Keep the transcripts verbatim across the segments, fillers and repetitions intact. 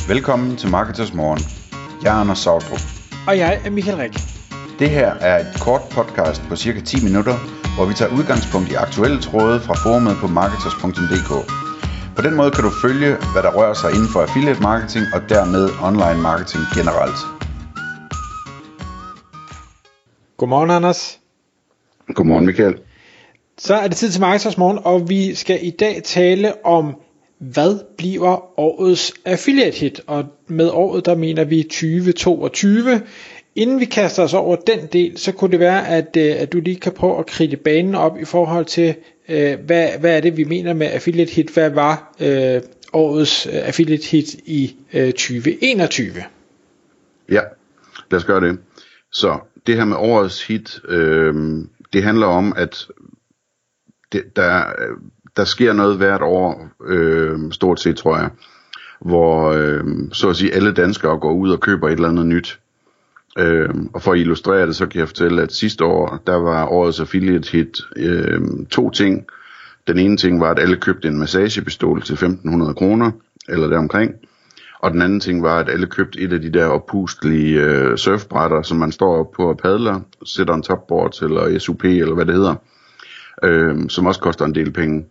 Velkommen til Marketers Morgen. Jeg er Anders Sautrup. Og jeg er Michael Rik. Det her er et kort podcast på cirka ti minutter, hvor vi tager udgangspunkt i aktuelle tråde fra forumet på marketers punktum d k. På den måde kan du følge, hvad der rører sig inden for affiliate marketing og dermed online marketing generelt. Godmorgen, Anders. Godmorgen, Michael. Så er det tid til Marketers Morgen, og vi skal i dag tale om, hvad bliver årets affiliate hit? Og med året, der mener vi tyve toogtyve. Inden vi kaster os over den del, så kunne det være, at, at du lige kan prøve at kridte banen op i forhold til, øh, hvad, hvad er det, vi mener med affiliate hit? Hvad var øh, årets affiliate hit i øh, tyve enogtyve? Ja, lad os gøre det. Så det her med årets hit, øh, det handler om, at det, der, der sker noget hvert år, øh, stort set tror jeg, hvor øh, så at sige alle danskere går ud og køber et eller andet nyt. Øh, og for at illustrere det, så kan jeg fortælle, at sidste år, der var årets affiliate hit øh, to ting. Den ene ting var, at alle købte en massagepistol til femten hundrede kroner, eller deromkring. Og den anden ting var, at alle købte et af de der oppustelige øh, surfbrætter, som man står op på og padler, sætter en topboard eller S U P eller hvad det hedder, øh, som også koster en del penge.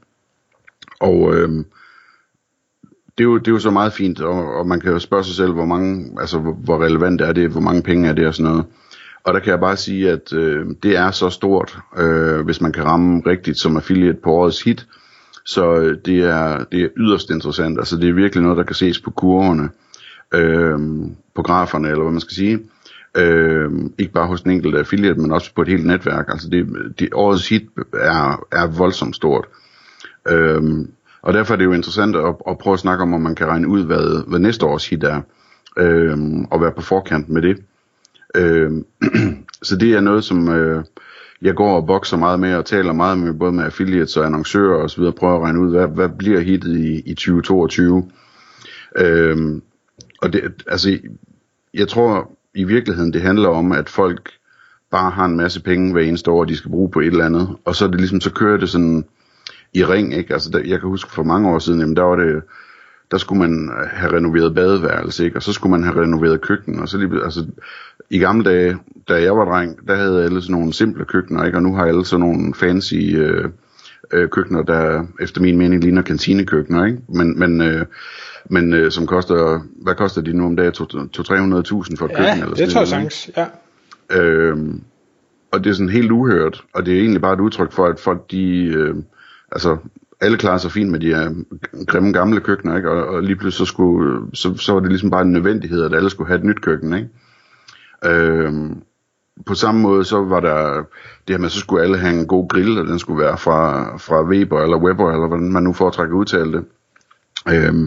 Og øh, det, er jo, det er jo så meget fint, og, og man kan jo spørge sig selv, hvor mange, altså hvor, hvor relevant er det, hvor mange penge er det og sådan noget. Og der kan jeg bare sige, at øh, det er så stort, øh, hvis man kan ramme rigtigt som affiliate på årets hit. Så øh, det, er, det er yderst interessant. Altså det er virkelig noget, der kan ses på kurverne, øh, på graferne, eller hvad man skal sige. Øh, ikke bare hos den enkelte affiliate, men også på et helt netværk. Altså det, det årets hit er, er voldsomt stort. Øh, og derfor er det jo interessant at, at prøve at snakke om, om man kan regne ud, hvad, hvad næste års hit er, øh, og være på forkant med det. Øh, så det er noget, som øh, jeg går og bokser meget med og taler meget med, både med affiliates og annoncører og så videre, prøver at regne ud, hvad, hvad bliver hittet i, i tyve toogtyve. Øh, og det, altså, jeg tror i virkeligheden, det handler om, at folk bare har en masse penge hver eneste år, de skal bruge på et eller andet, og så er det ligesom, så kører det sådan i ring, ikke? Altså, der, jeg kan huske for mange år siden, jamen, der var det, der skulle man have renoveret badeværelse, ikke? Og så skulle man have renoveret køkken, og så lige, altså, i gamle dage, da jeg var dreng, der havde alle sådan nogle simple køkkener, ikke? Og nu har alle sådan nogle fancy øh, øh, køkkener, der efter min mening ligner kantinekøkkener, ikke? Men, men, øh, men øh, som koster, hvad koster de nu om dagen? to til tre hundrede tusind for et ja, køkken? Eller det tror jeg sagtens, ja. Øhm, og det er sådan helt uhørt, og det er egentlig bare et udtryk for, at folk de, øh, altså alle klarer sig fint med de her grimme gamle køkkener, ikke? Og, og lige pludselig så, skulle, så, så var det ligesom bare en nødvendighed, at alle skulle have et nyt køkken, ikke? Øhm, på samme måde så var der det her med, så skulle alle have en god grill, og den skulle være fra, fra Weber eller Weber, eller hvordan man nu foretrækker at udtale det. Øhm,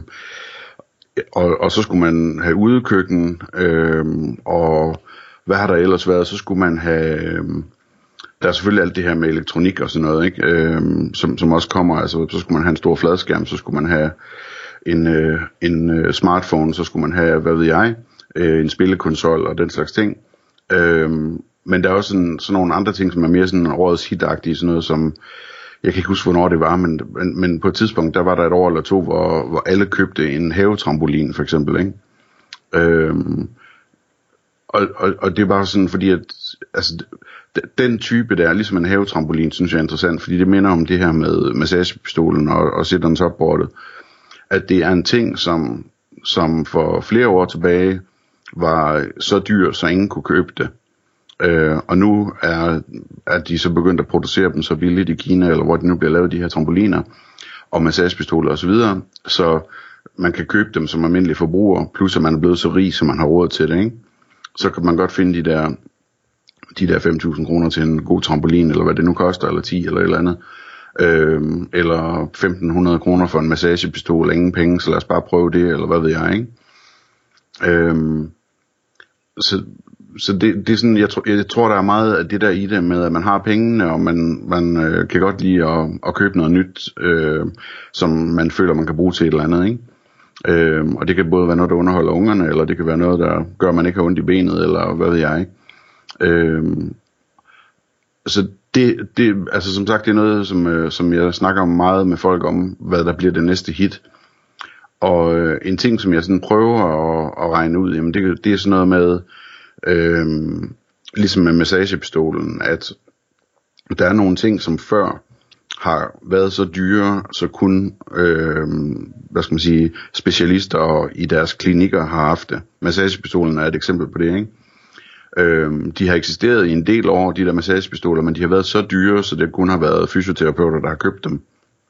og, og så skulle man have udekøkken, øhm, og hvad har der ellers været? Så skulle man have, øhm, der er selvfølgelig alt det her med elektronik og sådan noget, ikke? Øhm, som, som også kommer, altså så skulle man have en stor fladskærm, så skulle man have en, øh, en øh, smartphone, så skulle man have, hvad ved jeg, øh, en spillekonsol og den slags ting. Øhm, men der er også sådan, sådan nogle andre ting, som er mere sådan årets hitagtige, sådan noget som, jeg kan ikke huske, hvornår det var, men, men, men på et tidspunkt, der var der et år eller to, hvor, hvor alle købte en havetrampolin, for eksempel, ikke? Øhm, og, og, og det er bare sådan, fordi at, altså, den type der, ligesom en havetrampolin, synes jeg er interessant, fordi det minder om det her med massagepistolen og, og sætteren topbordet, at det er en ting, som, som for flere år tilbage var så dyr, så ingen kunne købe det. Øh, og nu er, er de så begyndt at producere dem så billigt i Kina, eller hvor de nu bliver lavet, de her trampoliner og massagepistoler osv., så, så man kan købe dem som almindelig forbruger, plus at man er blevet så rig, så man har råd til det, ikke? Så kan man godt finde de der, de der fem tusind kroner til en god trampolin, eller hvad det nu koster, eller ti eller et eller andet, øh, eller femten hundrede kroner for en massagepistol, ingen penge, så lad os bare prøve det, eller hvad ved jeg, ikke? Øh, så Så det, det er sådan, jeg, tro, jeg tror, der er meget af det der i det med, at man har pengene, og man, man øh, kan godt lide at, at købe noget nyt, øh, som man føler, man kan bruge til et eller andet, ikke? Øh, og det kan både være noget, der underholder ungerne, eller det kan være noget, der gør, at man ikke har ondt i benet, eller hvad ved jeg, ikke? Øh, så det, det, altså som sagt, det er noget, som, øh, som jeg snakker meget med folk om, hvad der bliver det næste hit. Og øh, en ting, som jeg sådan prøver at, at regne ud, jamen det, det er sådan noget med, øh, ligesom med massagepistolen, at der er nogle ting, som før har været så dyre, så kun øh, hvad skal man sige, specialister i deres klinikker har haft det. Massagepistolen er et eksempel på det, ikke? Øh, de har eksisteret i en del år, de der massagepistoler, men de har været så dyre, så det kun har været fysioterapeuter, der har købt dem.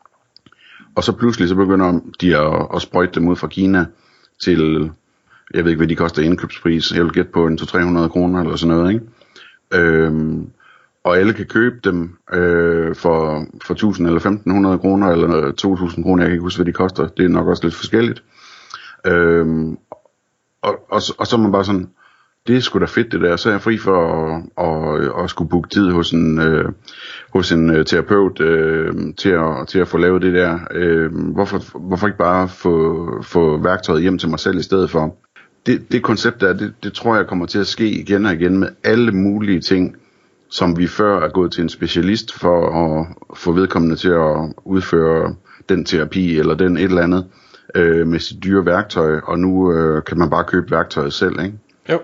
Og så pludselig så begynder de at, at sprøjte dem ud fra Kina til, jeg ved ikke hvad de koster i indkøbspris, jeg vil gætte på en to til tre hundrede kroner eller sådan noget, ikke? Øhm, og alle kan købe dem øh, for, for tusind eller femten hundrede kroner eller to tusind kroner, jeg kan ikke huske hvad de koster, det er nok også lidt forskelligt. Øhm, og, og, og så er man bare sådan, det er sgu da fedt det der, så er jeg fri for at, at, at skulle booke tid hos en, øh, hos en øh, terapeut øh, til, at, til at få lavet det der. Øh, hvorfor, hvorfor ikke bare få, få værktøjet hjem til mig selv i stedet for? Det, det koncept der, det, det tror jeg kommer til at ske igen og igen med alle mulige ting, som vi før er gået til en specialist for at få vedkommende til at udføre den terapi eller den et eller andet øh, med sit dyre værktøj, og nu øh, kan man bare købe værktøjet selv, ikke? Jo.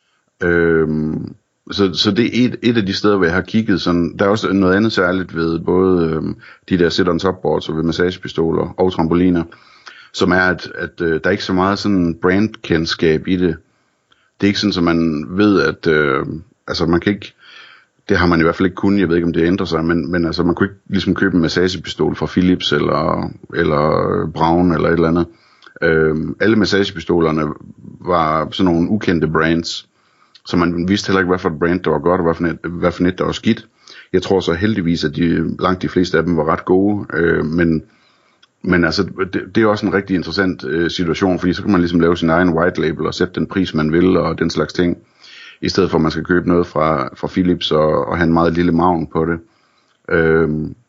Øhm, så, så det er et, et af de steder, hvor jeg har kigget sådan. Der er også noget andet særligt ved både øhm, de der sit-on-top-boards og ved massagepistoler og trampoliner, som er at, at øh, der er ikke så meget sådan brandkendskab i det. Det er ikke sådan, at man ved at øh, altså man kan ikke, det har man i hvert fald ikke kunnet, jeg ved ikke om det ændrer sig, men, men altså man kunne ikke ligesom købe en massagepistol fra Philips eller, eller Braun eller et eller andet. Øhm, alle massagepistolerne var sådan nogle ukendte brands, så man vidste heller ikke, hvad for et brand der var godt, og hvad for et, hvad for et der var skidt. Jeg tror så heldigvis, at de, langt de fleste af dem var ret gode, øh, men, men altså, det, det er også en rigtig interessant øh, situation, fordi så kan man ligesom lave sin egen white label og sætte den pris, man vil, og den slags ting, i stedet for at man skal købe noget fra, fra Philips og, og have en meget lille margen på det. Øh,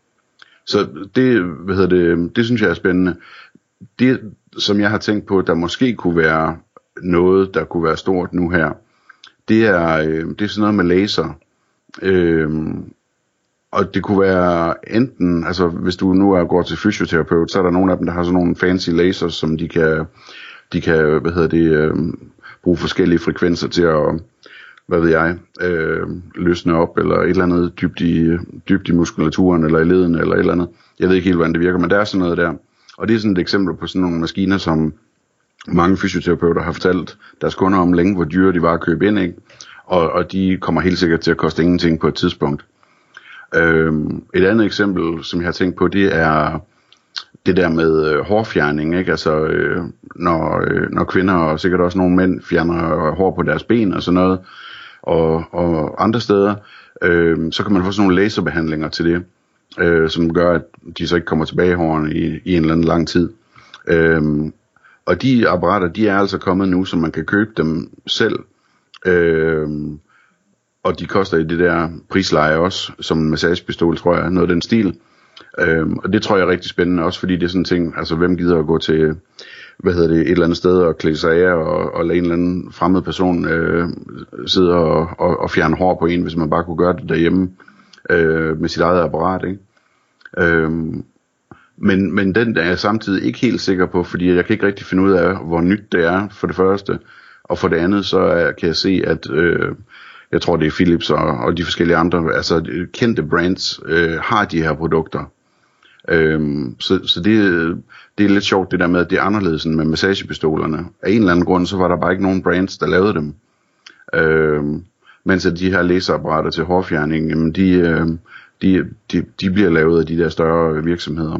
så det, hvad hedder det, det synes jeg er spændende. Det, som jeg har tænkt på, der måske kunne være noget, der kunne være stort nu her, det er, øh, det er sådan noget med laser. Øhm, og det kunne være enten, altså hvis du nu er går til fysioterapeut, så er der nogle af dem, der har sådan nogle fancy lasers, som de kan, de kan, hvad hedder det, øh, bruge forskellige frekvenser til at, hvad ved jeg, øh, løsne op, eller et eller andet dybt i, dybt i muskulaturen, eller i leden, eller et eller andet. Jeg ved ikke helt, hvordan det virker, men der er sådan noget der. Og det er sådan et eksempel på sådan nogle maskiner, som mange fysioterapeuter har fortalt deres kunder om længe, hvor dyre de var at købe ind, ikke? Og, og de kommer helt sikkert til at koste ingenting på et tidspunkt. Øhm, et andet eksempel, som jeg har tænkt på, det er det der med øh, hårfjerning, ikke? Altså, øh, når, øh, når kvinder og sikkert også nogle mænd fjerner hår på deres ben og sådan noget, og, og andre steder, øh, så kan man få sådan nogle laserbehandlinger til det, øh, som gør, at de så ikke kommer tilbage i hårene i, i en eller anden lang tid. Øh, Og de apparater, de er altså kommet nu, så man kan købe dem selv. Øhm, og de koster i det der prisleje også, som en massagepistol, tror jeg, noget af den stil. Øhm, og det tror jeg er rigtig spændende, også fordi det er sådan en ting, altså hvem gider at gå til, hvad hedder det, et eller andet sted og klæde sig af og, og lade en eller anden fremmed person øh, sidde og, og, og fjerne hår på en, hvis man bare kunne gøre det derhjemme øh, med sit eget apparat, ikke? Øhm, Men, men den er jeg samtidig ikke helt sikker på, fordi jeg kan ikke rigtig finde ud af, hvor nyt det er, for det første. Og for det andet, så er, kan jeg se, at øh, jeg tror, det er Philips og, og de forskellige andre, altså kendte brands, øh, har de her produkter. Øhm, så så det, det er lidt sjovt det der med, at det er anderledes end med massagepistolerne. Af en eller anden grund, så var der bare ikke nogen brands, der lavede dem. Øhm, mens at de her laserapparater til hårfjerning, jamen de, øh, de, de, de bliver lavet af de der større virksomheder.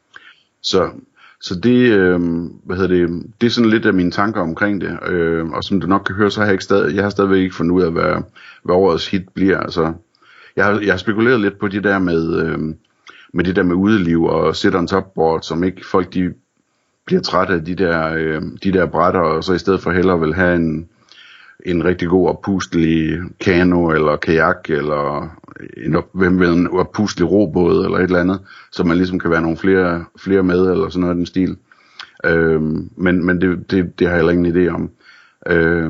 Så, så det, øh, hvad hedder det, det er sådan lidt af mine tanker omkring det, øh, og som du nok kan høre, så har jeg ikke stadig, jeg har stadigvæk ikke fundet ud af, hvad, hvad årets hit bliver. Altså, jeg har, jeg har spekuleret lidt på det der med, øh, med det der med udeliv og sit-on-top-board, som ikke folk de bliver trætte af de der, øh, de der brætter, og så i stedet for hellere vil have en, en rigtig god oppustelig kano eller kajak eller en, hvem ved, en oppustelig robåd eller et eller andet, så man ligesom kan være nogle flere, flere med eller sådan noget af den stil. Øhm, men men det, det, det har jeg heller ingen idé om. Øhm,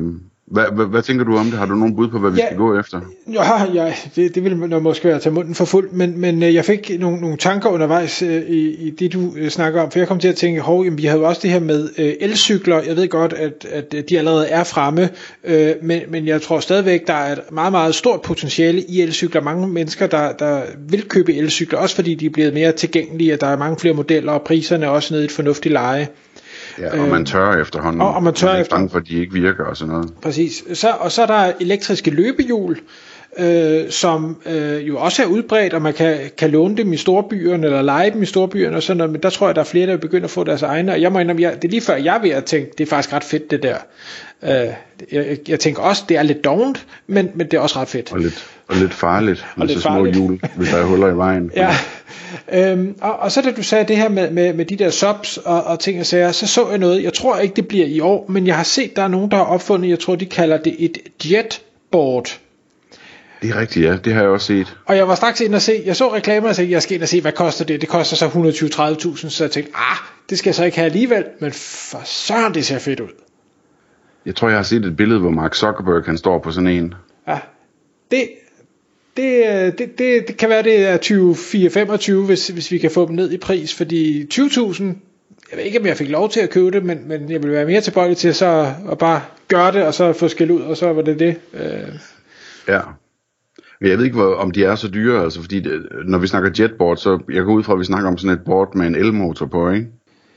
Hvad, hvad, hvad tænker du om det? Har du nogen bud på, hvad vi ja, skal gå efter? Ja, ja det, det vil nok måske være til munden for fuld, men, men jeg fik nogle, nogle tanker undervejs øh, i, i det, du øh, snakker om, for jeg kom til at tænke, hov, jamen, vi havde jo også det her med øh, elcykler. Jeg ved godt, at, at de allerede er fremme, øh, men, men jeg tror stadigvæk, der er et meget, meget stort potentiale i elcykler. Mange mennesker, der, der vil købe elcykler, også fordi de er blevet mere tilgængelige, og der er mange flere modeller, og priserne er også nede i et fornuftigt leje. Ja, og man tør efterhånden. Og, og man tør efter. Bange for, at de ikke virker og sådan noget. Præcis. Så, og så er der elektriske løbehjul, øh, som øh, jo også er udbredt, og man kan, kan låne dem i storbyerne, eller lege dem i storbyerne og sådan noget, men der tror jeg, der er flere, der begynder at få deres egne, og jeg må indrømme, det er lige før jeg er ved at tænke, det er faktisk ret fedt det der. Øh, jeg, jeg tænker også, det er lidt dovent, men, men det er også ret fedt. Og lidt, og lidt farligt, med så små hjul, hvis der er huller i vejen. Ja. Øhm, og, og så da du sagde det her med, med, med de der subs og, og ting og sager, så så jeg noget, jeg tror ikke det bliver i år, men jeg har set, der er nogen, der har opfundet, jeg tror de kalder det et jetboard. Det er rigtigt, ja, det har jeg også set. Og jeg var straks ind og se, jeg så reklamer og sagde, jeg skal ind og se, hvad koster det, det koster så et hundrede og tyve til tredive tusind, så jeg tænkte, ah, det skal jeg så ikke have alligevel, men for søren, det ser fedt ud. Jeg tror, jeg har set et billede, hvor Mark Zuckerberg, han står på sådan en. Ja, det... Det, det, det, det kan være, det er tyve fire femogtyve, hvis, hvis vi kan få dem ned i pris, fordi tyve tusind, jeg ved ikke, om jeg fik lov til at købe det, men, men jeg vil være mere tilbøjelig til så at bare gøre det, og så få skæld ud, og så var det det. Øh. Ja, men jeg ved ikke, hvor, om de er så dyre, altså fordi det, når vi snakker jetboard, så jeg går ud fra, at vi snakker om sådan et board med en elmotor på, ikke?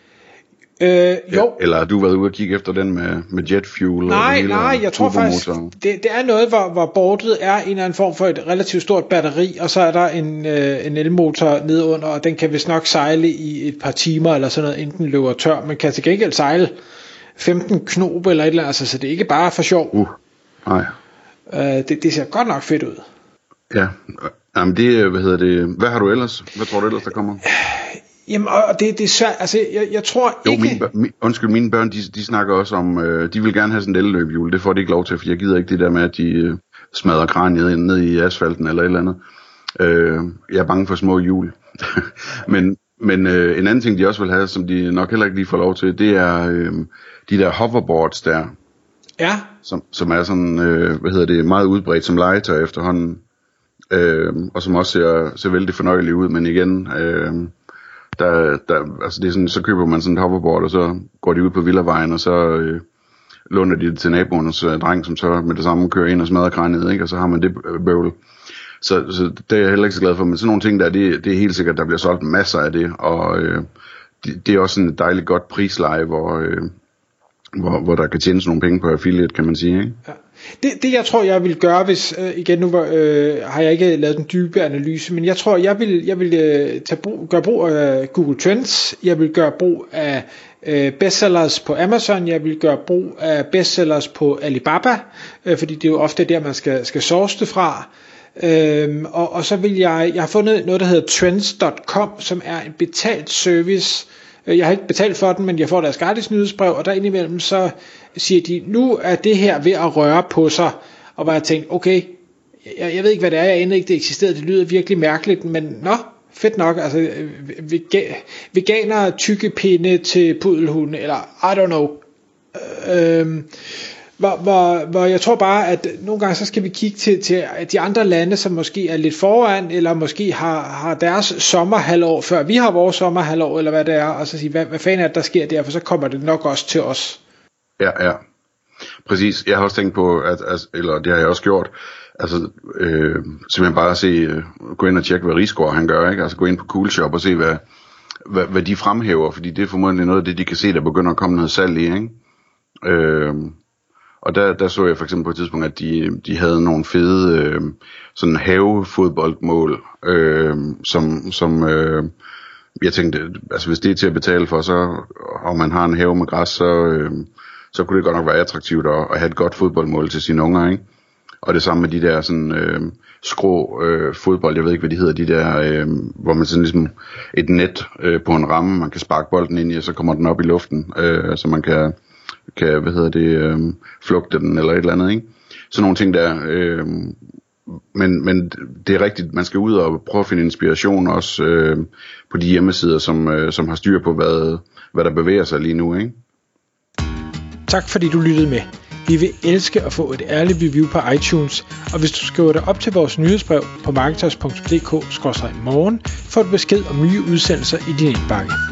Øh, jo. Ja, eller har du været ude og kigge efter den med, med jet fuel? Nej, og nej, jeg tror faktisk, det, det er noget, hvor, hvor boardet er en eller anden form for et relativt stort batteri, og så er der en, øh, en elmotor nedunder, og den kan vist nok sejle i et par timer, eller sådan noget, inden den løber tør. Man kan til gengæld sejle femten knob eller et eller andet, altså, så det er ikke bare for sjov. Uh, nej. Øh, det, det ser godt nok fedt ud. Ja, jamen det, hvad hedder det, hvad har du ellers? Hvad tror du ellers, der kommer? Jamen, og det, det er svært, altså, jeg, jeg tror jo, ikke... Mine, min, undskyld, mine børn, de, de snakker også om, øh, de vil gerne have sådan et elløbehjul, det får de ikke lov til, for jeg gider ikke det der med, at de øh, smadrer kraniet ned i asfalten eller et eller andet. Øh, jeg er bange for små hjul. men men øh, en anden ting, de også vil have, som de nok heller ikke lige får lov til, det er øh, de der hoverboards der. Ja. Som, som er sådan, øh, hvad hedder det, meget udbredt som legetøj efterhånden. Øh, og som også ser, ser vældig fornøjeligt ud, men igen... Øh, Der, der, altså det er sådan, så køber man sådan et hoverboard, og så går de ud på Villavejen, og så øh, låner de det til naboens øh, dreng, som så med det samme kører ind og smadrer kraniet, ikke? Og så har man det bøvl. Så, så det er jeg heller ikke så glad for, men sådan nogle ting der, det, det er helt sikkert, der bliver solgt masser af det, og øh, det, det er også sådan et dejligt godt prisleje, hvor, øh, hvor, hvor der kan tjenes nogle penge på affiliate, kan man sige, ikke? Ja. Det, det jeg tror jeg vil gøre, hvis øh, igen nu øh, har jeg ikke lavet den dybe analyse, men jeg tror jeg vil jeg vil øh, tage brug, gøre brug af Google Trends, jeg vil gøre brug af øh, bestsellers på Amazon, jeg vil gøre brug af bestsellers på Alibaba, øh, fordi det er jo ofte der man skal skal source det fra. Øhm, og, og så vil jeg jeg har fundet noget der hedder trends punktum com, som er en betalt service. Jeg har ikke betalt for den, men jeg får deres gratis nyhedsbrev, og der indimellem så siger de, nu er det her ved at røre på sig, og hvor jeg tænkte, okay, jeg, jeg ved ikke hvad det er, jeg anede ikke det eksisterede, det lyder virkelig mærkeligt, men nå, fedt nok, altså veganer tykke pinde til pudelhunde, eller I don't know, øhm, Hvor, hvor, hvor jeg tror bare, at nogle gange så skal vi kigge til, til de andre lande, som måske er lidt foran, eller måske har, har deres sommerhalvår, før vi har vores sommerhalvår, eller hvad det er, og så sige, hvad, hvad fanden er det, der sker der, for så kommer det nok også til os. Ja, ja. Præcis. Jeg har også tænkt på, at, at eller det har jeg også gjort, altså øh, simpelthen bare se, øh, gå ind og tjekke, hvad Risgaard han gør, ikke? Altså gå ind på Coolshop og se, hvad, hvad, hvad de fremhæver, fordi det er formodentlig noget af det, de kan se, der begynder at komme noget salg i, ikke? Øh, Og der, der så jeg for eksempel på et tidspunkt, at de, de havde nogle fede øh, sådan havefodboldmål, øh, som, som øh, jeg tænkte, altså hvis det er til at betale for, så, og man har en have med græs, så, øh, så kunne det godt nok være attraktivt at, at have et godt fodboldmål til sine unger, ikke? Og det samme med de der sådan øh, skrå øh, fodbold, jeg ved ikke hvad de hedder, de der, øh, hvor man sådan ligesom et net øh, på en ramme, man kan sparke bolden ind i, og så kommer den op i luften, øh, så man kan... kan, hvad hedder det, øh, flugte den eller et eller andet, ikke? Sådan nogle ting der, øh, men, men det er rigtigt, man skal ud og prøve at finde inspiration også øh, på de hjemmesider, som, øh, som har styr på, hvad, hvad der bevæger sig lige nu, ikke? Tak fordi du lyttede med. Vi vil elske at få et ærligt review på iTunes, og hvis du skriver dig op til vores nyhedsbrev på marketers punktum d k skråstreg morgen, får du besked om nye udsendelser i din indbakke.